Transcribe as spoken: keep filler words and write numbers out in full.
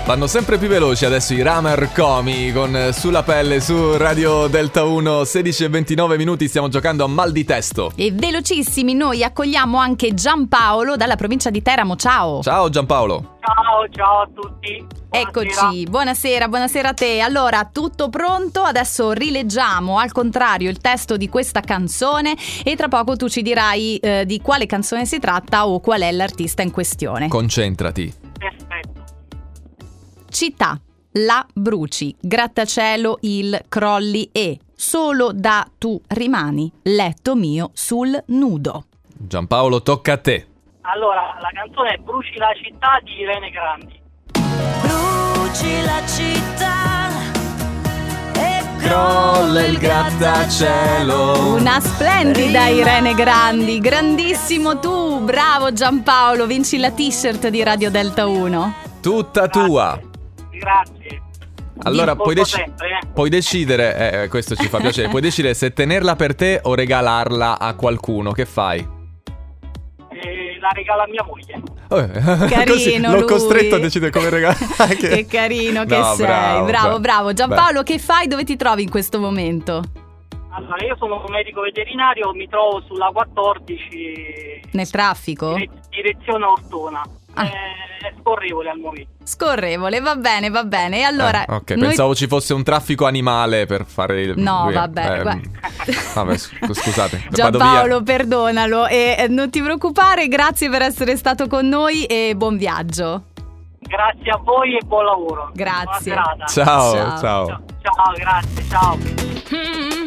Vanno sempre più veloci adesso i Ramer Comi con Sulla Pelle su Radio Delta uno, sedici e ventinove minuti, stiamo giocando a Mal di Testo. E velocissimi, noi accogliamo anche Giampaolo dalla provincia di Teramo, ciao. Ciao Giampaolo. Ciao, ciao a tutti. Buonasera. Eccoci, buonasera, buonasera a te. Allora, tutto pronto? Adesso rileggiamo al contrario il testo di questa canzone e tra poco tu ci dirai eh, di quale canzone si tratta o qual è l'artista in questione. Concentrati. Perfetto. Città, la bruci, grattacielo, il crolli e solo da tu rimani, letto mio sul nudo. Giampaolo, tocca a te. Allora, la canzone è Bruci la città di Irene Grandi. Bruci la città e Crolla il grattacielo. Una splendida Irene Grandi, grandissimo tu, bravo Giampaolo, vinci la t-shirt di Radio Delta uno. Tutta tua. Grazie. Allora puoi, dec- sempre, eh. puoi decidere, eh, questo ci fa piacere, puoi decidere se tenerla per te o regalarla a qualcuno, che fai? Eh, la regala a mia moglie. Oh, Carino così, l'ho lui. costretto a decidere come regalare. Che carino che No, sei, bravo, bravo, bravo. Giampaolo, beh. che fai? Dove ti trovi in questo momento? Allora, io sono un medico veterinario, mi trovo sulla quattordici, Nel traffico? dire- direzione Ortona. Ah. È scorrevole al momento. Scorrevole, va bene, va bene. E allora Eh, ok, noi- pensavo ci fosse un traffico animale per fare il... No, lui- vabbè, eh, guarda. vabbè, sc- scusate, vado Giampaolo, via. perdonalo e eh, non ti preoccupare, grazie per essere stato con noi e buon viaggio. Grazie a voi e buon lavoro. Grazie. Buona serata. Ciao, Ciao. ciao. Ciao, ciao, grazie, ciao. Mm,